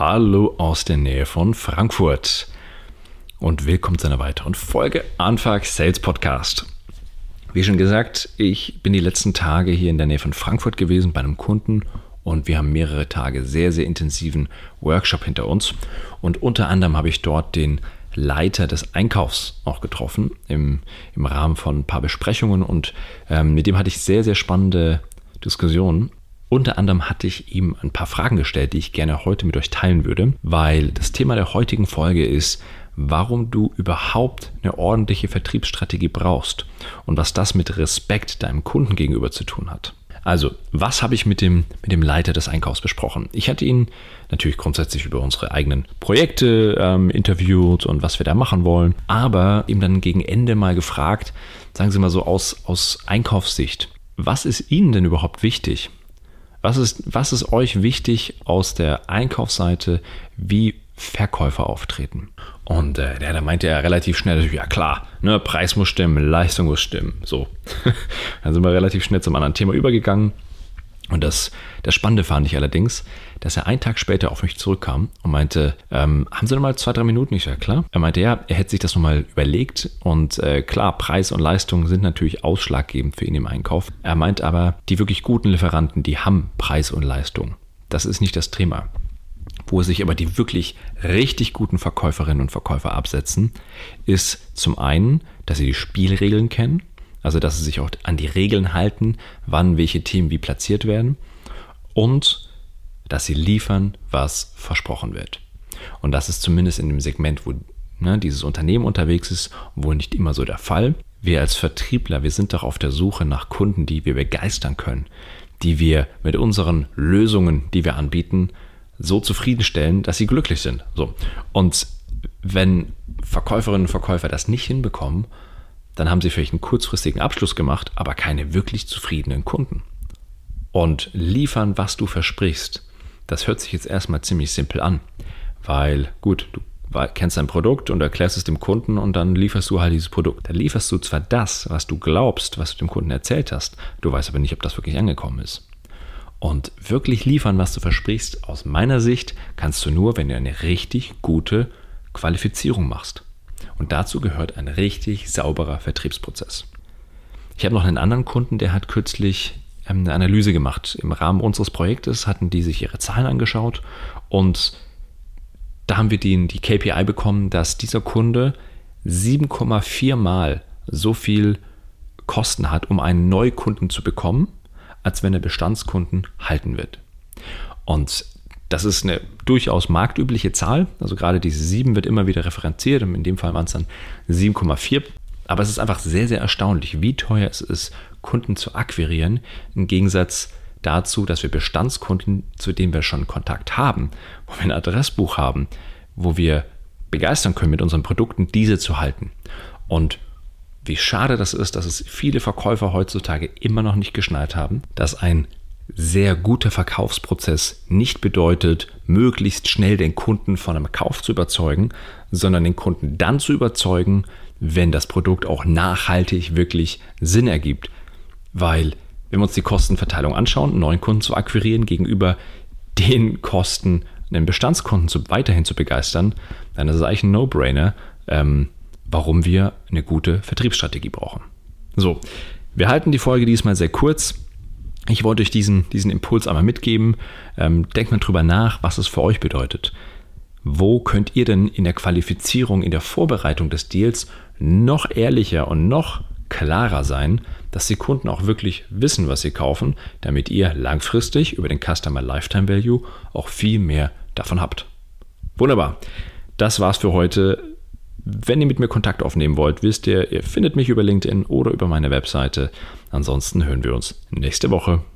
Hallo aus der Nähe von Frankfurt und willkommen zu einer weiteren Folge Anfang Sales Podcast. Wie schon gesagt, ich bin die letzten Tage hier in der Nähe von Frankfurt gewesen bei einem Kunden und wir haben mehrere Tage sehr, sehr intensiven Workshop hinter uns und unter anderem habe ich dort den Leiter des Einkaufs auch getroffen im Rahmen von ein paar Besprechungen und mit dem hatte ich sehr, sehr spannende Diskussionen. Unter anderem hatte ich ihm ein paar Fragen gestellt, die ich gerne heute mit euch teilen würde, weil das Thema der heutigen Folge ist, warum du überhaupt eine ordentliche Vertriebsstrategie brauchst und was das mit Respekt deinem Kunden gegenüber zu tun hat. Also, was habe ich mit dem Leiter des Einkaufs besprochen? Ich hatte ihn natürlich grundsätzlich über unsere eigenen Projekte interviewt und was wir da machen wollen, aber ihm dann gegen Ende mal gefragt, sagen Sie mal so aus Einkaufssicht, was ist Ihnen denn überhaupt wichtig? Was ist euch wichtig aus der Einkaufsseite, wie Verkäufer auftreten? Und da meinte er relativ schnell, ja klar, ne, Preis muss stimmen, Leistung muss stimmen. So, dann sind wir relativ schnell zum anderen Thema übergegangen. Und das Spannende fand ich allerdings, dass er einen Tag später auf mich zurückkam und meinte, haben Sie noch mal 2-3 Minuten? Ich sage, ja klar. Er meinte, ja, er hätte sich das nochmal überlegt und klar, Preis und Leistung sind natürlich ausschlaggebend für ihn im Einkauf. Er meint aber, die wirklich guten Lieferanten, die haben Preis und Leistung. Das ist nicht das Thema. Wo sich aber die wirklich richtig guten Verkäuferinnen und Verkäufer absetzen, ist zum einen, dass sie die Spielregeln kennen, also dass sie sich auch an die Regeln halten, wann welche Themen wie platziert werden und dass sie liefern, was versprochen wird. Und das ist zumindest in dem Segment, wo dieses Unternehmen unterwegs ist, wohl nicht immer so der Fall. Wir als Vertriebler, wir sind doch auf der Suche nach Kunden, die wir begeistern können, die wir mit unseren Lösungen, die wir anbieten, so zufriedenstellen, dass sie glücklich sind. So. Und wenn Verkäuferinnen und Verkäufer das nicht hinbekommen, dann haben sie vielleicht einen kurzfristigen Abschluss gemacht, aber keine wirklich zufriedenen Kunden. Und liefern, was du versprichst, das hört sich jetzt erstmal ziemlich simpel an, weil gut, du kennst dein Produkt und erklärst es dem Kunden und dann lieferst du halt dieses Produkt. Dann lieferst du zwar das, was du glaubst, was du dem Kunden erzählt hast, du weißt aber nicht, ob das wirklich angekommen ist. Und wirklich liefern, was du versprichst, aus meiner Sicht, kannst du nur, wenn du eine richtig gute Qualifizierung machst. Und dazu gehört ein richtig sauberer Vertriebsprozess. Ich habe noch einen anderen Kunden, der hat kürzlich eine Analyse gemacht. Im Rahmen unseres Projektes hatten die sich ihre Zahlen angeschaut und da haben wir die KPI bekommen, dass dieser Kunde 7,4 Mal so viel Kosten hat, um einen Neukunden zu bekommen, als wenn er Bestandskunden halten wird. Und das ist eine durchaus marktübliche Zahl. Also gerade diese 7 wird immer wieder referenziert und in dem Fall waren es dann 7,4. Aber es ist einfach sehr, sehr erstaunlich, wie teuer es ist, Kunden zu akquirieren, im Gegensatz dazu, dass wir Bestandskunden, zu denen wir schon Kontakt haben, wo wir ein Adressbuch haben, wo wir begeistern können mit unseren Produkten, diese zu halten. Und wie schade das ist, dass es viele Verkäufer heutzutage immer noch nicht geschnallt haben, dass ein sehr guter Verkaufsprozess nicht bedeutet, möglichst schnell den Kunden von einem Kauf zu überzeugen, sondern den Kunden dann zu überzeugen, wenn das Produkt auch nachhaltig wirklich Sinn ergibt. Weil, wenn wir uns die Kostenverteilung anschauen, einen neuen Kunden zu akquirieren gegenüber den Kosten, einen Bestandskunden weiterhin zu begeistern, dann ist es eigentlich ein No-Brainer, warum wir eine gute Vertriebsstrategie brauchen. So, wir halten die Folge diesmal sehr kurz. Ich wollte euch diesen Impuls einmal mitgeben. Denkt mal drüber nach, was es für euch bedeutet. Wo könnt ihr denn in der Qualifizierung, in der Vorbereitung des Deals noch ehrlicher und noch klarer sein, dass die Kunden auch wirklich wissen, was sie kaufen, damit ihr langfristig über den Customer Lifetime Value auch viel mehr davon habt. Wunderbar. Das war's für heute. Wenn ihr mit mir Kontakt aufnehmen wollt, wisst ihr findet mich über LinkedIn oder über meine Webseite. Ansonsten hören wir uns nächste Woche.